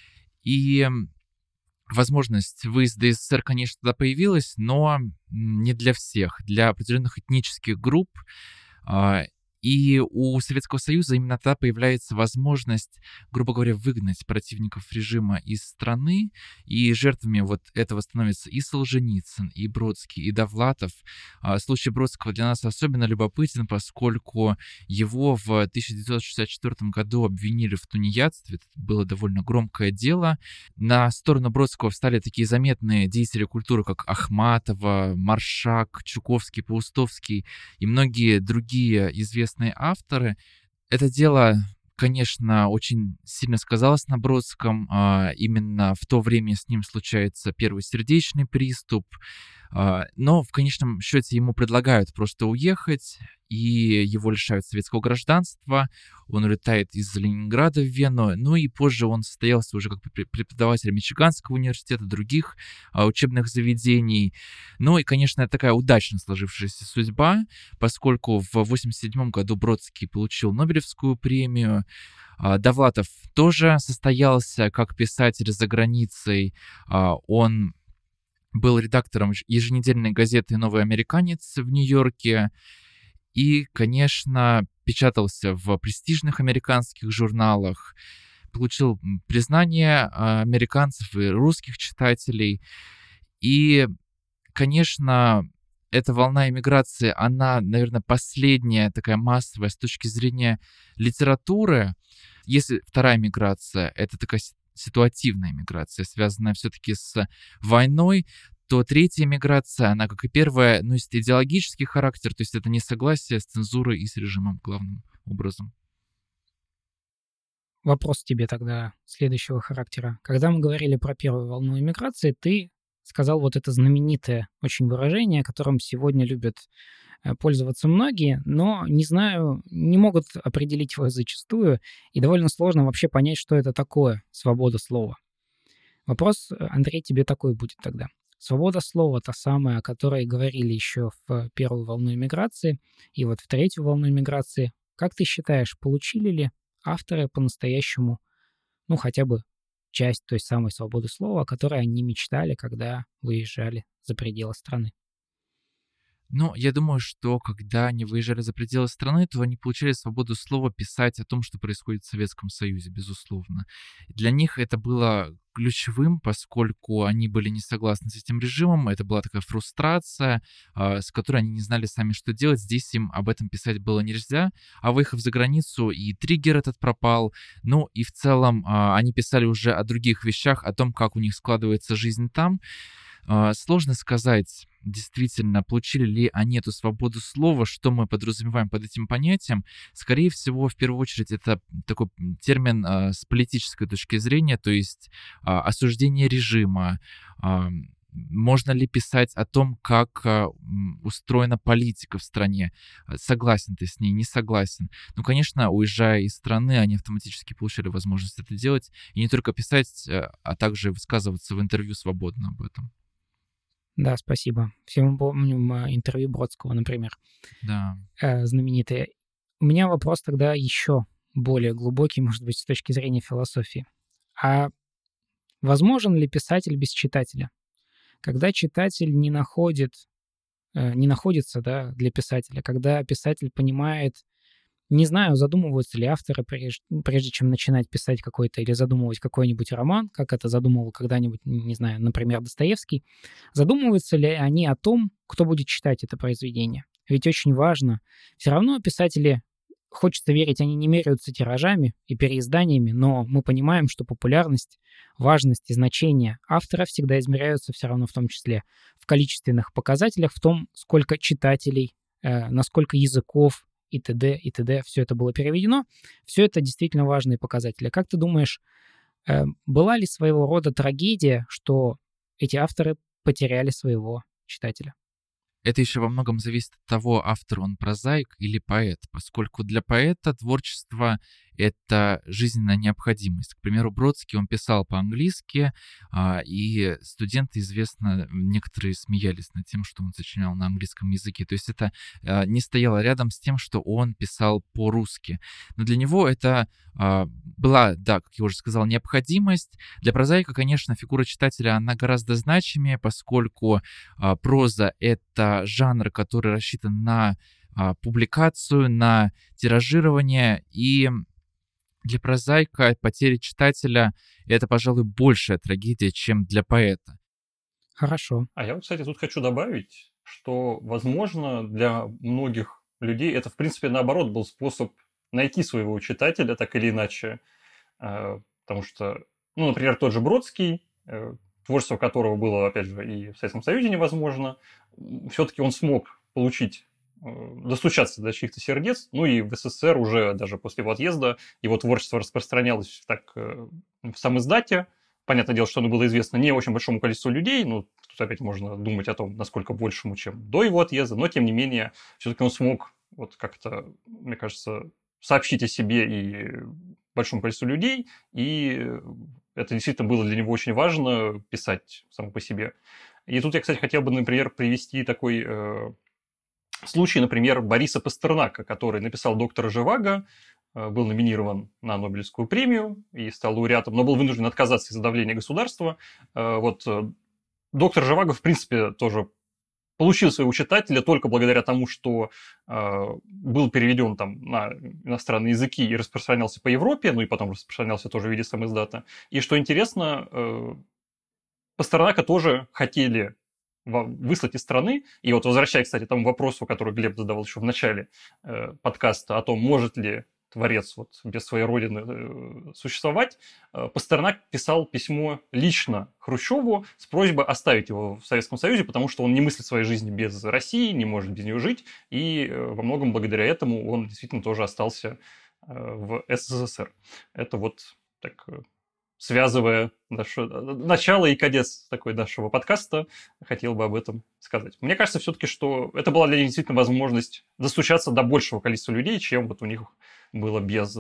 и м, возможность выезда из СССР, конечно, тогда появилась, но м, не для всех, для определенных этнических групп. а, И у Советского Союза именно тогда появляется возможность, грубо говоря, выгнать противников режима из страны, и жертвами вот этого становятся и Солженицын, и Бродский, и Довлатов. А Случай Бродского для нас особенно любопытен, поскольку его в тысяча девятьсот шестьдесят четвёртом году обвинили в тунеядстве. Это было довольно громкое дело. На сторону Бродского встали такие заметные деятели культуры, как Ахматова, Маршак, Чуковский, Паустовский и многие другие известные авторы. Это дело, конечно, очень сильно сказалось на Бродском. а, Именно в то время с ним случается первый сердечный приступ. А, Но в конечном счете ему предлагают просто уехать, и его лишают советского гражданства. Он улетает из Ленинграда в Вену. Ну и позже он состоялся уже как препе- преподаватель Мичиганского университета, других а, учебных заведений. Ну и, конечно, такая удачно сложившаяся судьба, поскольку в восемьдесят седьмом году Бродский получил Нобелевскую премию. А, Довлатов тоже состоялся как писатель за границей. А, Он был редактором ж- еженедельной газеты «Новый американец» в Нью-Йорке и, конечно, печатался в престижных американских журналах, получил м, признание а, американцев и русских читателей. И, конечно, эта волна иммиграции, она, наверное, последняя такая массовая с точки зрения литературы. Если вторая миграция — это такая си- ситуативная миграция, связанная все-таки с войной, то третья миграция, она, как и первая, носит идеологический характер, то есть это несогласие с цензурой и с режимом главным образом. Вопрос тебе тогда следующего характера. Когда мы говорили про первую волну иммиграции, ты сказал вот это знаменитое очень выражение, которым сегодня любят э, пользоваться многие, но не знаю, не могут определить его зачастую, и довольно сложно вообще понять, что это такое свобода слова. Вопрос, э, Андрей, тебе такой будет тогда. Свобода слова, та самая, о которой говорили еще в первую волну иммиграции и вот в третью волну иммиграции. Как ты считаешь, получили ли авторы по-настоящему, ну, хотя бы часть той самой свободы слова, о которой они мечтали, когда выезжали за пределы страны? Ну, я думаю, что когда они выезжали за пределы страны, то они получали свободу слова писать о том, что происходит в Советском Союзе, безусловно. Для них это было ключевым, поскольку они были не согласны с этим режимом. Это была такая фрустрация, а, с которой они не знали сами, что делать. Здесь им об этом писать было нельзя. А выехав за границу, и триггер этот пропал. Ну, и в целом а, они писали уже о других вещах, о том, как у них складывается жизнь там. А, Сложно сказать, действительно, получили ли они эту свободу слова, что мы подразумеваем под этим понятием. Скорее всего, в первую очередь, это такой м, термин а, с политической точки зрения, то есть а, осуждение режима. а, Можно ли писать о том, как а, м, устроена политика в стране? А, Согласен ты с ней, не согласен? Ну, конечно, уезжая из страны, они автоматически получили возможность это делать. И не только писать, а а также высказываться в интервью свободно об этом. Да, спасибо. Все мы помним э, интервью Бродского, например, Да. э, знаменитое. У меня вопрос тогда еще более глубокий, может быть, с точки зрения философии. А возможен ли писатель без читателя? Когда читатель не находит, э, не находится, да, для писателя, когда писатель понимает, не знаю, задумываются ли авторы, прежде, прежде чем начинать писать какой-то или задумывать какой-нибудь роман, как это задумывал когда-нибудь, не знаю, например, Достоевский, задумываются ли они о том, кто будет читать это произведение? Ведь очень важно. Все равно писатели, хочется верить, они не меряются тиражами и переизданиями, но мы понимаем, что популярность, важность и значение автора всегда измеряются все равно в том числе в количественных показателях, в том, сколько читателей, э, на сколько языков и т.д. и т.д. все это было переведено. Все это действительно важные показатели. Как ты думаешь, э, была ли своего рода трагедия, что эти авторы потеряли своего читателя? Это еще во многом зависит от того, автор он прозаик или поэт, поскольку для поэта творчество — это жизненная необходимость. К примеру, Бродский, он писал по-английски, а, и студенты, известно, некоторые смеялись над тем, что он сочинял на английском языке. То есть это а, не стояло рядом с тем, что он писал по-русски. Но для него это а, была, да, как я уже сказал, необходимость. Для прозаика, конечно, фигура читателя, она гораздо значимее, поскольку а, проза — это жанр, который рассчитан на а, публикацию, на тиражирование, и для прозаика потеря читателя — это, пожалуй, большая трагедия, чем для поэта. Хорошо. А я вот, кстати, тут хочу добавить, что, возможно, для многих людей это, в принципе, наоборот, был способ найти своего читателя, так или иначе. Э, Потому что, ну, например, тот же Бродский, э, творчество которого было, опять же, и в Советском Союзе невозможно, все-таки он смог получить, э, достучаться до чьих-то сердец, ну и в СССР уже даже после его отъезда его творчество распространялось так э, в самиздате. Понятное дело, что оно было известно не очень большому количеству людей, ну, тут опять можно думать о том, насколько большему, чем до его отъезда, но, тем не менее, все-таки он смог вот как-то, мне кажется, сообщить о себе и большому количеству людей, и это действительно было для него очень важно писать само по себе. И тут я, кстати, хотел бы, например, привести такой э, случай, например, Бориса Пастернака, который написал «Доктора Живаго», э, был номинирован на Нобелевскую премию и стал лауреатом, но был вынужден отказаться из-за давления государства. Э, вот э, «Доктор Живаго», в принципе, тоже получил своего читателя только благодаря тому, что э, был переведен там на иностранные языки и распространялся по Европе, ну и потом распространялся тоже в виде самиздата. И что интересно, э, Пастернака тоже хотели выслать из страны. И вот возвращаясь, кстати, к тому вопросу, который Глеб задавал еще в начале э, подкаста, о том, может ли творец вот без своей родины э, существовать, э, Пастернак писал письмо лично Хрущеву с просьбой оставить его в Советском Союзе, потому что он не мыслит своей жизни без России, не может без нее жить, и э, во многом благодаря этому он действительно тоже остался э, в СССР. Это вот так... Э, связывая наше начало и конец такой нашего подкаста, хотел бы об этом сказать. Мне кажется все-таки, что это была для них действительно возможность достучаться до большего количества людей, чем вот у них было без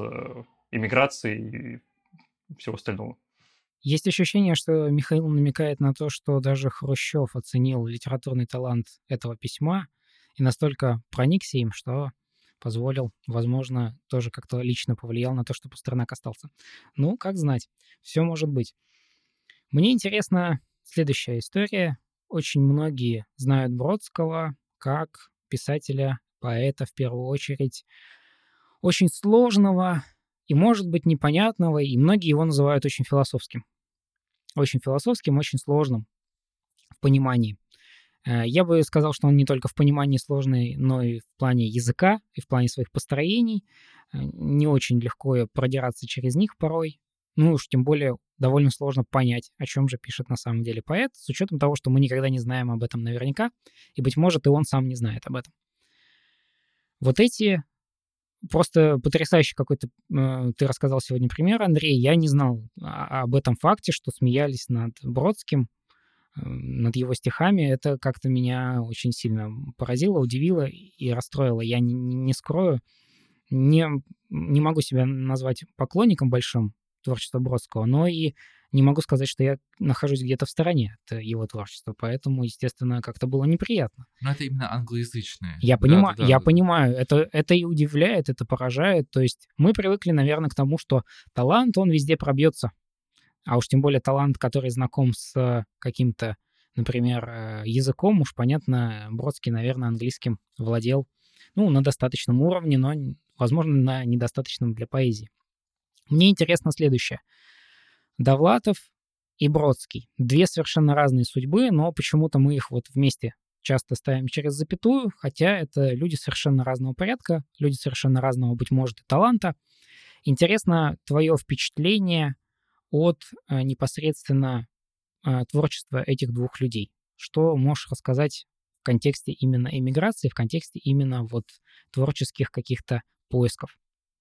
иммиграции и всего остального. Есть ощущение, что Михаил намекает на то, что даже Хрущев оценил литературный талант этого письма и настолько проникся им, что позволил, возможно, тоже как-то лично повлиял на то, что Пастернак остался. Ну, как знать, все может быть. Мне интересна следующая история. Очень многие знают Бродского как писателя, поэта в первую очередь, очень сложного и, может быть, непонятного, и многие его называют очень философским. Очень философским, очень сложным в понимании. Я бы сказал, что он не только в понимании сложный, но и в плане языка, и в плане своих построений. Не очень легко продираться через них порой. Ну уж тем более довольно сложно понять, о чем же пишет на самом деле поэт, с учетом того, что мы никогда не знаем об этом наверняка, и, быть может, и он сам не знает об этом. Вот эти просто потрясающий какой-то э, ты рассказал сегодня пример, Андрей. Я не знал об этом факте, что смеялись над Бродским, над его стихами. Это как-то меня очень сильно поразило, удивило и расстроило. Я не, не скрою, не, не могу себя назвать поклонником большим творчества Бродского, но и не могу сказать, что я нахожусь где-то в стороне от его творчества, поэтому, естественно, как-то было неприятно. Но это именно англоязычные. Я, Да, понима... да, да, я да. понимаю, это, это и удивляет, это поражает. То есть мы привыкли, наверное, к тому, что талант, он везде пробьется. А уж тем более талант, который знаком с каким-то, например, э, языком, уж понятно, Бродский, наверное, английским владел, ну, на достаточном уровне, но, возможно, на недостаточном для поэзии. Мне интересно следующее. Довлатов и Бродский. Две совершенно разные судьбы, но почему-то мы их вот вместе часто ставим через запятую, хотя это люди совершенно разного порядка, люди совершенно разного, быть может, и таланта. Интересно твое впечатление от э, непосредственно э, творчества этих двух людей. Что можешь рассказать в контексте именно эмиграции, в контексте именно вот творческих каких-то поисков?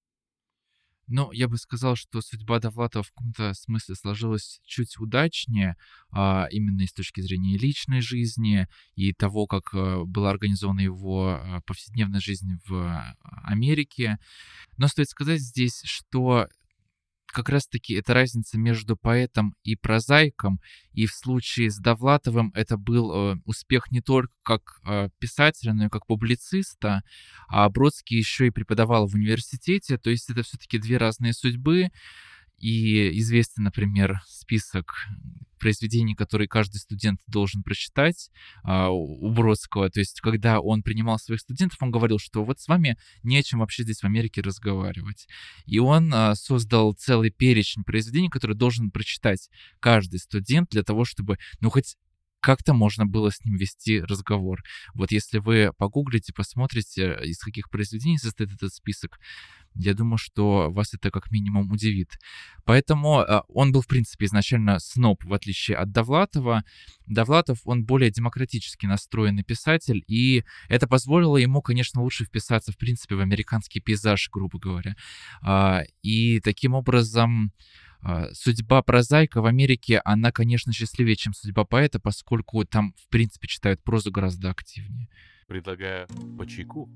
Ну, я бы сказал, что судьба Довлатова в каком-то смысле сложилась чуть удачнее, а, именно и с точки зрения личной жизни и того, как э, была организована его э, повседневная жизнь в э, Америке. Но стоит сказать здесь, что как раз-таки это разница между поэтом и прозаиком, и в случае с Довлатовым это был э, успех не только как э, писателя, но и как публициста, а Бродский еще и преподавал в университете, то есть это все-таки две разные судьбы, и известен, например, список произведений, которые каждый студент должен прочитать а, у Бродского. То есть, когда он принимал своих студентов, он говорил, что вот с вами не о чем вообще здесь в Америке разговаривать. И он а, создал целый перечень произведений, которые должен прочитать каждый студент для того, чтобы, ну, хоть как-то можно было с ним вести разговор. Вот если вы погуглите, посмотрите, из каких произведений состоит этот список, я думаю, что вас это как минимум удивит. Поэтому э, он был, в принципе, изначально сноб, в отличие от Довлатова. Довлатов, он более демократически настроенный писатель, и это позволило ему, конечно, лучше вписаться, в принципе, в американский пейзаж, грубо говоря. А, и таким образом судьба прозаика в Америке, она, конечно, счастливее, чем судьба поэта, поскольку там, в принципе, читают прозу гораздо активнее. Предлагаю по чайку.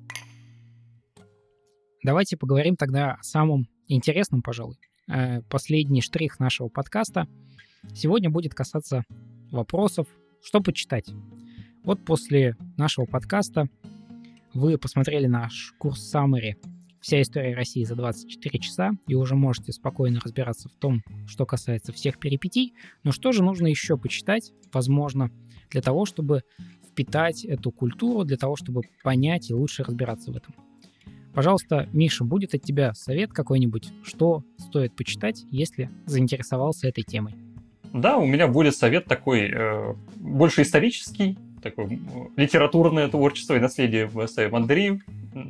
Давайте поговорим тогда о самом интересном, пожалуй. Последний штрих нашего подкаста сегодня будет касаться вопросов, что почитать. Вот после нашего подкаста вы посмотрели наш курс Summary «Вся история России за двадцать четыре часа» и уже можете спокойно разбираться в том, что касается всех перипетий. Но что же нужно еще почитать, возможно, для того, чтобы впитать эту культуру, для того, чтобы понять и лучше разбираться в этом? Пожалуйста, Миша, будет от тебя совет какой-нибудь, что стоит почитать, если заинтересовался этой темой? Да, у меня будет совет такой, э, больше исторический, такой э, литературное творчество и наследие в эс эм Андреев.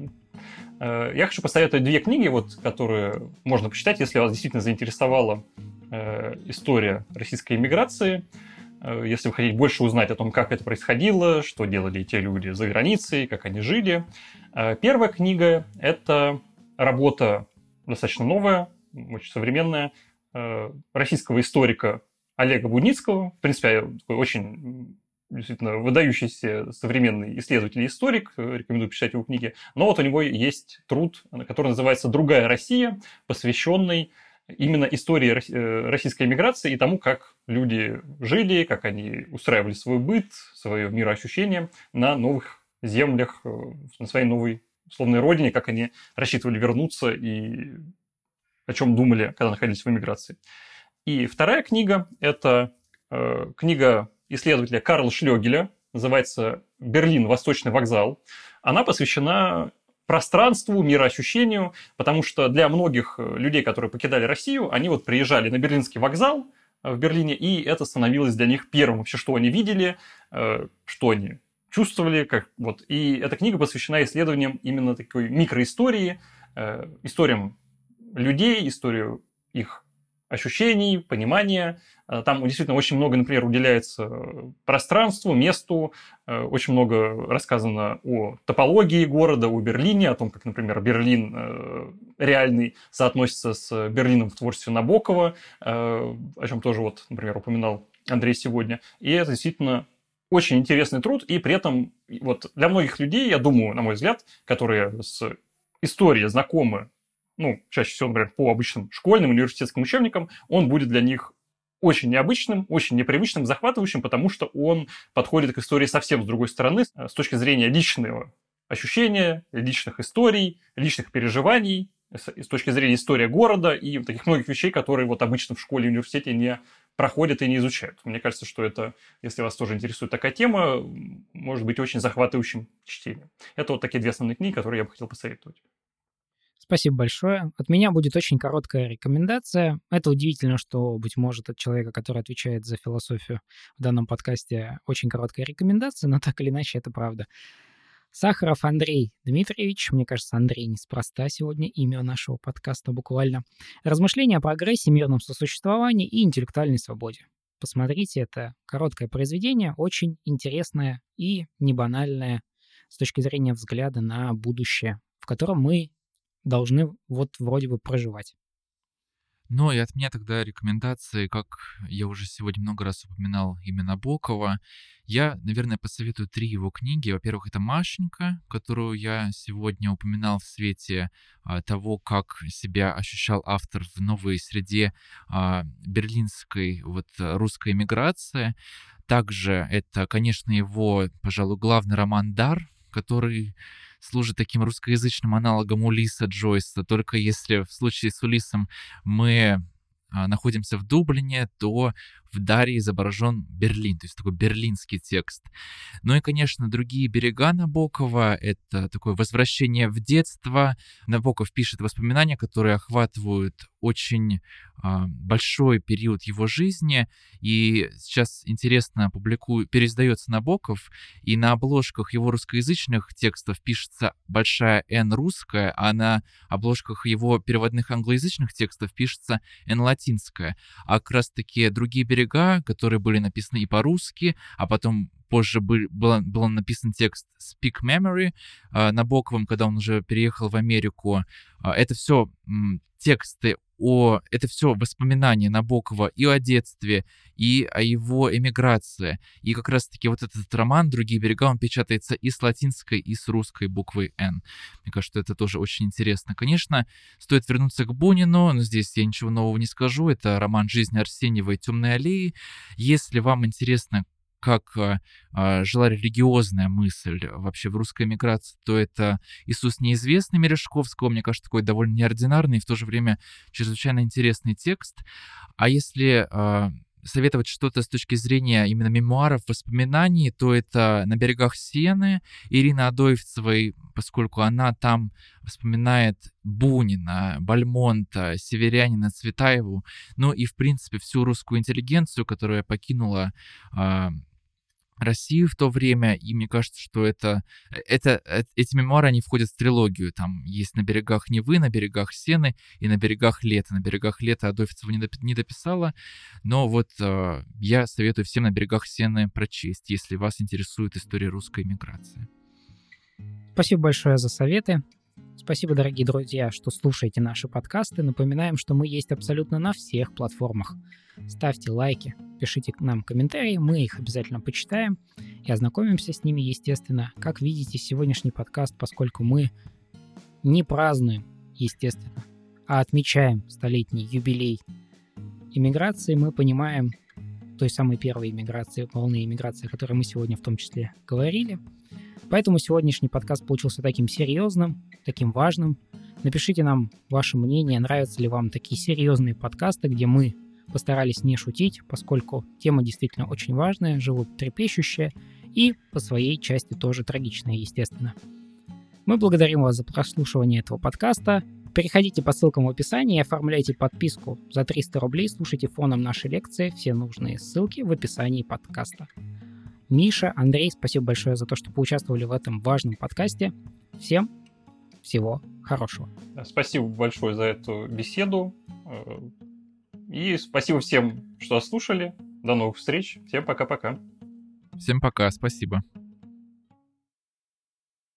Э, я хочу посоветовать две книги, вот, которые можно почитать, если вас действительно заинтересовала э, история российской эмиграции. Э, если вы хотите больше узнать о том, как это происходило, что делали те люди за границей, как они жили. Э, первая книга – это работа достаточно новая, очень современная, э, российского историка Олега Будницкого, в принципе, такой очень действительно выдающийся современный исследователь и историк, рекомендую почитать его книги. Но вот у него есть труд, который называется «Другая Россия», посвященный именно истории российской эмиграции и тому, как люди жили, как они устраивали свой быт, свое мироощущение на новых землях, на своей новой условной родине, как они рассчитывали вернуться и о чем думали, когда находились в эмиграции. И вторая книга – это э, книга исследователя Карла Шлёгеля, называется «Берлин. Восточный вокзал». Она посвящена пространству, мироощущению, потому что для многих людей, которые покидали Россию, они вот приезжали на Берлинский вокзал в Берлине, и это становилось для них первым вообще, что они видели, э, что они чувствовали. Как, вот. И эта книга посвящена исследованиям именно такой микроистории, э, историям людей, историю их ощущений, понимания. Там действительно очень много, например, уделяется пространству, месту, очень много рассказано о топологии города, о Берлине, о том, как, например, Берлин реальный соотносится с Берлином в творчестве Набокова, о чем тоже, вот, например, упоминал Андрей сегодня. И это действительно очень интересный труд, и при этом вот, для многих людей, я думаю, на мой взгляд, которые с историей знакомы ну, чаще всего, например, по обычным школьным университетским учебникам, он будет для них очень необычным, очень непривычным, захватывающим, потому что он подходит к истории совсем с другой стороны, с точки зрения личного ощущения, личных историй, личных переживаний, с точки зрения истории города и таких многих вещей, которые вот обычно в школе и университете не проходят и не изучают. Мне кажется, что это, если вас тоже интересует такая тема, может быть очень захватывающим чтением. Это вот такие две основные книги, которые я бы хотел посоветовать. Спасибо большое. От меня будет очень короткая рекомендация. Это удивительно, что, быть может, от человека, который отвечает за философию в данном подкасте, очень короткая рекомендация, но так или иначе это правда. Сахаров Андрей Дмитриевич, мне кажется, Андрей неспроста сегодня имя нашего подкаста буквально. Размышления о прогрессе, мирном сосуществовании и интеллектуальной свободе. Посмотрите, это короткое произведение, очень интересное и не банальное с точки зрения взгляда на будущее, в котором мы должны вот вроде бы проживать. Ну и от меня тогда рекомендации, как я уже сегодня много раз упоминал именно Набокова. Я, наверное, посоветую три его книги. Во-первых, это «Машенька», которую я сегодня упоминал в свете а, того, как себя ощущал автор в новой среде а, берлинской вот, русской эмиграции. Также это, конечно, его, пожалуй, главный роман «Дар», который служит таким русскоязычным аналогом Улисса Джойса. Только если в случае с Улиссом мы а, находимся в Дублине, то в «Даре» изображен Берлин, то есть такой берлинский текст. Ну и, конечно, «Другие берега» Набокова — это такое возвращение в детство. Набоков пишет воспоминания, которые охватывают очень а, большой период его жизни. И сейчас интересно публикует, переиздается Набоков, и на обложках его русскоязычных текстов пишется большая «Н» русская, а на обложках его переводных англоязычных текстов пишется «Н» латинская. А как раз-таки «Другие берега», которые были написаны и по-русски, а потом позже был, был, был написан текст «Speak Memory» э, Набоковым, когда он уже переехал в Америку. Э, это все м, тексты о... Это все воспоминания Набокова и о детстве, и о его эмиграции. И как раз-таки вот этот роман «Другие берега», он печатается и с латинской, и с русской буквой «Н». Мне кажется, что это тоже очень интересно. Конечно, стоит вернуться к Бунину, но здесь я ничего нового не скажу. Это роман «Жизнь Арсеньевой. Темные аллеи». Если вам интересно, как э, жила религиозная мысль вообще в русской эмиграции, то это «Иисус неизвестный» Мережковского. Мне кажется, такой довольно неординарный и в то же время чрезвычайно интересный текст. А если э, советовать что-то с точки зрения именно мемуаров, воспоминаний, то это «На берегах Сены» Ирины Адоевцевой, поскольку она там вспоминает Бунина, Бальмонта, Северянина, Цветаеву, ну и, в принципе, всю русскую интеллигенцию, которая покинула э, Россию в то время, и мне кажется, что это, это, эти мемуары, они входят в трилогию. Там есть «На берегах Невы», «На берегах Сены» и «На берегах Лета». «На берегах Лета» Адоевцева не, доп- не дописала, но вот э, я советую всем «На берегах Сены» прочесть, если вас интересует история русской эмиграции. Спасибо большое за советы. Спасибо, дорогие друзья, что слушаете наши подкасты. Напоминаем, что мы есть абсолютно на всех платформах. Ставьте лайки, пишите к нам комментарии, мы их обязательно почитаем и ознакомимся с ними, естественно. Как видите, сегодняшний подкаст, поскольку мы не празднуем, естественно, а отмечаем столетний юбилей иммиграции, мы понимаем той самой первой иммиграции, волны иммиграции, о которой мы сегодня в том числе говорили. Поэтому сегодняшний подкаст получился таким серьезным, таким важным. Напишите нам ваше мнение, нравятся ли вам такие серьезные подкасты, где мы постарались не шутить, поскольку тема действительно очень важная, животрепещущая и по своей части тоже трагичная, естественно. Мы благодарим вас за прослушивание этого подкаста. Переходите по ссылкам в описании и оформляйте подписку за триста рублей, слушайте фоном наши лекции, все нужные ссылки в описании подкаста. Миша, Андрей, спасибо большое за то, что поучаствовали в этом важном подкасте. Всем всего хорошего. Спасибо большое за эту беседу. И спасибо всем, что слушали. До новых встреч. Всем пока-пока. Всем пока, спасибо.